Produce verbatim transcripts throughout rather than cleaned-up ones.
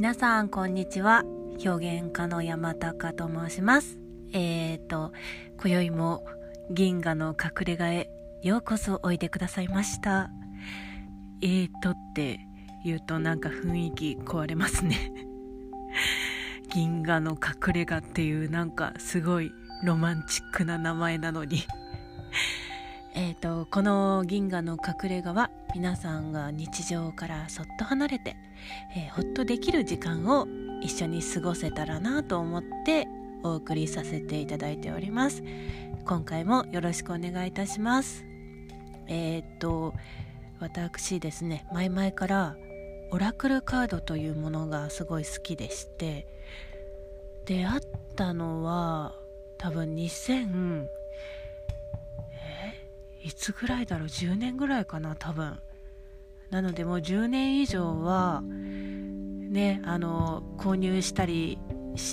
皆さんこんにちは。表現家の山高と申します。えーと今宵も銀河の隠れ家へようこそおいでくださいました。えーとって言うとなんか雰囲気壊れますね銀河の隠れ家っていうなんかすごいロマンチックな名前なのにえーとこの銀河の隠れ家は皆さんが日常からそっと離れて、えー、ほっとできる時間を一緒に過ごせたらなと思ってお送りさせていただいております。今回もよろしくお願いいたします。えーと私ですね、前々からオラクルカードというものがすごい好きでして、出会ったのは多分にせんいつぐらいだろう、じゅうねんぐらいかな多分。なのでもうじゅうねん以上はね、あの購入したりして、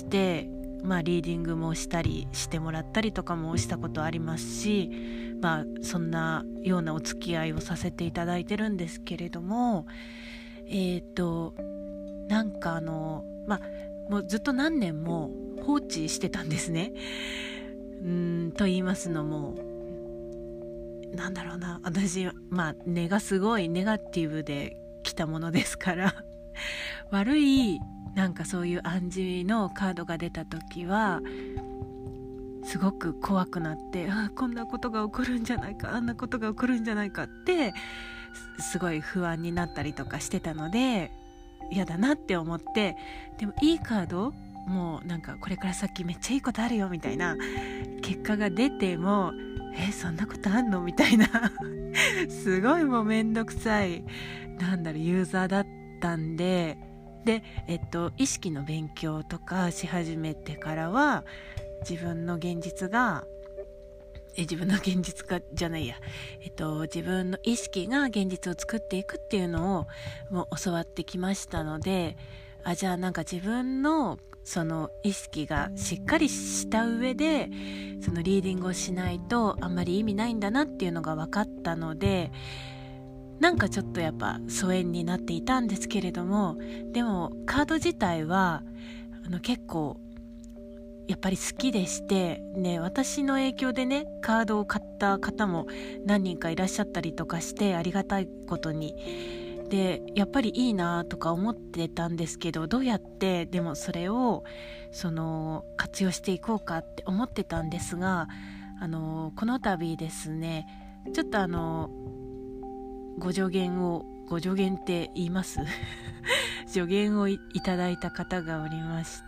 まあリーディングもしたりしてもらったりとかもしたことありますし、まあそんなようなお付き合いをさせていただいてるんですけれども、えっとなんかあのまあもうずっと何年も放置してたんですね。うーんと言いますのも、なんだろうな、私まあ根がすごいネガティブで来たものですから悪いなんかそういう暗示のカードが出た時はすごく怖くなって、あこんなことが起こるんじゃないか、あんなことが起こるんじゃないかってすごい不安になったりとかしてたので嫌だなって思って、でもいいカードもうなんかこれから先めっちゃいいことあるよみたいな結果が出ても、えそんなことあんのみたいなすごいもうめんどくさいなんだろうユーザーだったんで、でえっと意識の勉強とかし始めてからは自分の現実がえ自分の現実がじゃないやえっと自分の意識が現実を作っていくっていうのをもう教わってきましたので、あじゃあなんか自分のその意識がしっかりした上でそのリーディングをしないとあんまり意味ないんだなっていうのが分かったので、なんかちょっとやっぱ疎遠になっていたんですけれども、でもカード自体はあの結構やっぱり好きでしてね、私の影響でねカードを買った方も何人かいらっしゃったりとかしてありがたいことに、でやっぱりいいなとか思ってたんですけど、どうやってでもそれをその活用していこうかって思ってたんですが、あのこの度ですねちょっとあのご助言をご助言って言います助言を い, いただいた方がおりまして、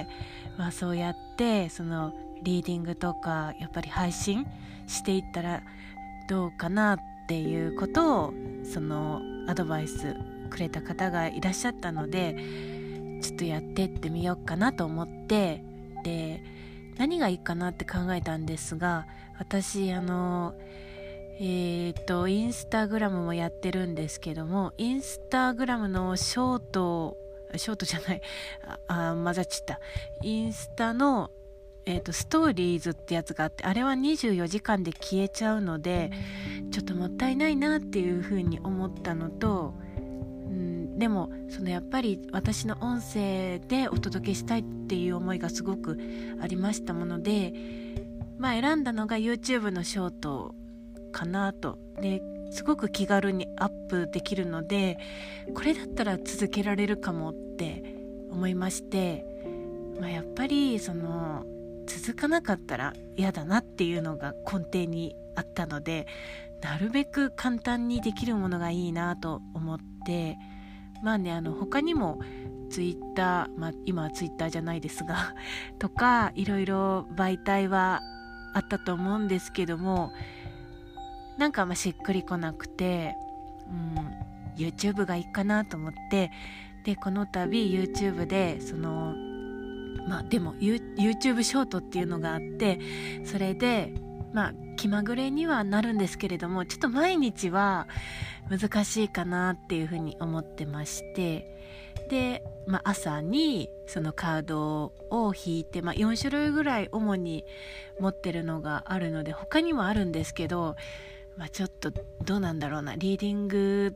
まあ、そうやってそのリーディングとかやっぱり配信していったらどうかなっていうことをそのアドバイスくれた方がいらっしゃったので、ちょっとやってってみようかなと思って、で何がいいかなって考えたんですが、私あのえーとインスタグラムもやってるんですけども、インスタグラムのショートショートじゃないああ混ざっちゃったインスタの、えーとストーリーズってやつがあって、あれはにじゅうよじかんで消えちゃうのでちょっともったいないなっていうふうに思ったのと、うん、でもそのやっぱり私の音声でお届けしたいっていう思いがすごくありましたもので、まあ選んだのが YouTube のショートかなと。ですごく気軽にアップできるので、これだったら続けられるかもって思いまして、まあ、やっぱりその続かなかったら嫌だなっていうのが根底にあったので、なるべく簡単にできるものがいいなと思って、まあねあの他にもツイッター、まあ、今はツイッターじゃないですがとかいろいろ媒体はあったと思うんですけども、なんかあんましっくりこなくて、うん、YouTube がいいかなと思って、でこの度 YouTube でそのまあでも YouTube ショートっていうのがあって、それでまあ気まぐれにはなるんですけれども、ちょっと毎日は難しいかなっていうふうに思ってまして、で、まあ、朝にそのカードを引いて、まあ、よん種類ぐらい主に持ってるのがあるので、他にもあるんですけど、まあ、ちょっとどうなんだろうな、リーディング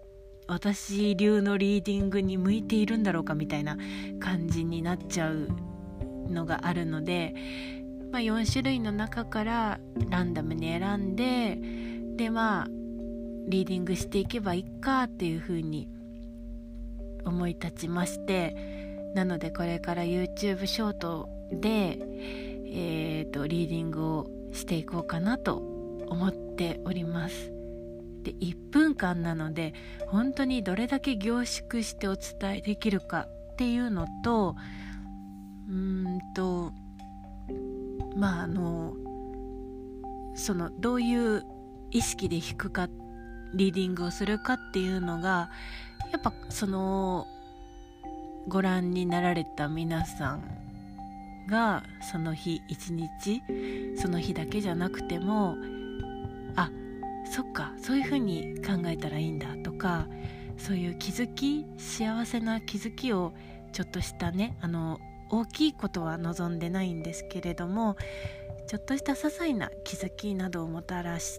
私流のリーディングに向いているんだろうかみたいな感じになっちゃうのがあるので、まあ、よん種類の中からランダムに選んで、でまあリーディングしていけばいいかっていう風に思い立ちまして、なのでこれから YouTube ショートで、えーと、リーディングをしていこうかなと思っております。でいっぷんかんなので本当にどれだけ凝縮してお伝えできるかっていうのと、うーんとまああのそのどういう意識で弾くか、リーディングをするかっていうのがやっぱそのご覧になられた皆さんがその日一日その日だけじゃなくても、あ、そっか、そういう風に考えたらいいんだとか、そういう気づき、幸せな気づきをちょっとしたね、あの大きいことは望んでないんですけれども、ちょっとした些細な気づきなどをもたらして、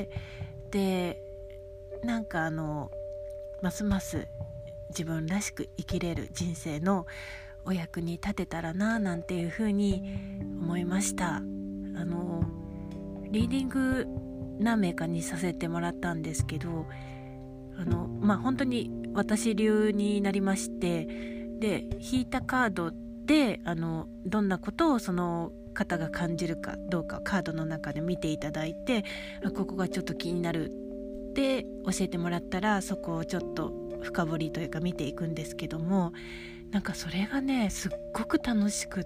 でなんかあのますます自分らしく生きれる人生のお役に立てたらななんていうふうに思いました。あのリーディング何名かにさせてもらったんですけど、あのまあ本当に私流になりまして、で引いたカードであのどんなことをその方が感じるかどうかカードの中で見ていただいて、あここがちょっと気になるって教えてもらったら、そこをちょっと深掘りというか見ていくんですけども、なんかそれがねすっごく楽しくって、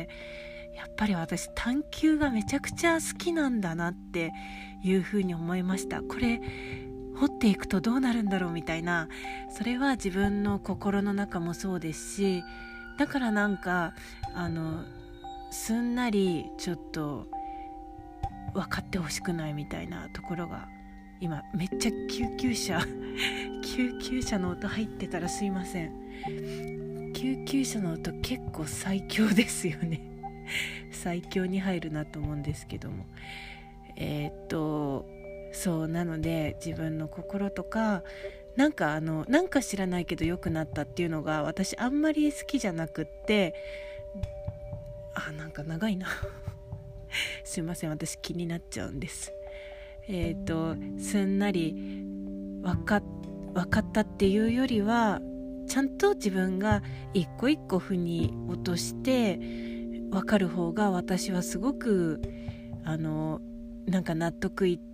やっぱり私探求がめちゃくちゃ好きなんだなっていうふうに思いました。これ掘っていくとどうなるんだろうみたいな、それは自分の心の中もそうですし、だからなんかあのすんなりちょっと分かってほしくないみたいなところが、今めっちゃ救急車救急車の音入ってたらすいません。救急車の音結構最強ですよね最強に入るなと思うんですけども、えー、っとそうなので自分の心とかなんかあのなんか知らないけど良くなったっていうのが私あんまり好きじゃなくって、あなんか長いなすいません、私気になっちゃうんです。えー、とすんなり分か、分かったっていうよりは、ちゃんと自分が一個一個腑に落として分かる方が私はすごくあのなんか納得いって、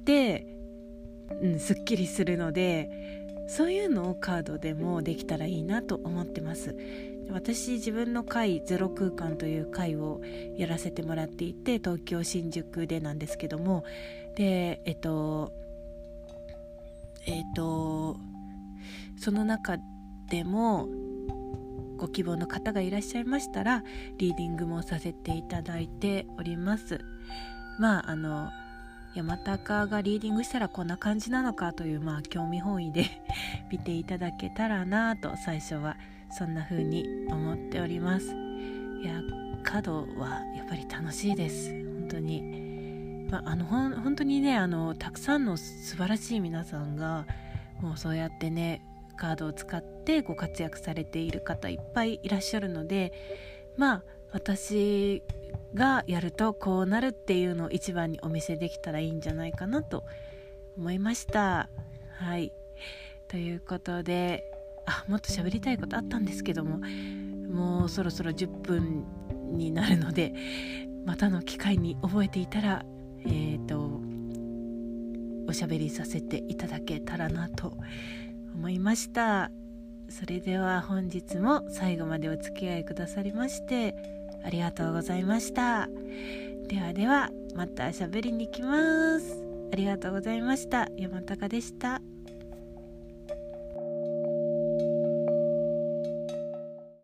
うん、すっきりするので、そういうのをカードでもできたらいいなと思ってます。私自分の会ゼロ空間という会をやらせてもらっていて、東京新宿でなんですけども、でえっとえっとその中でもご希望の方がいらっしゃいましたらリーディングもさせていただいております。まああの山高がリーディングしたらこんな感じなのかという、まあ興味本位で見ていただけたらなと最初はそんな風に思っております。いやカードはやっぱり楽しいです、本当に。まあ、あのほん本当にねあのたくさんの素晴らしい皆さんがもうそうやってねカードを使ってご活躍されている方いっぱいいらっしゃるので、まあ私がやるとこうなるっていうのを一番にお見せできたらいいんじゃないかなと思いました。はい、ということで、あもっと喋りたいことあったんですけども、もうそろそろじゅっぷんになるので、またの機会に覚えていたらえーとおしゃべりさせていただけたらなと思いました。それでは本日も最後までお付き合いくださりましてありがとうございました。ではではまたしゃべりに来ます。ありがとうございました。山高でした。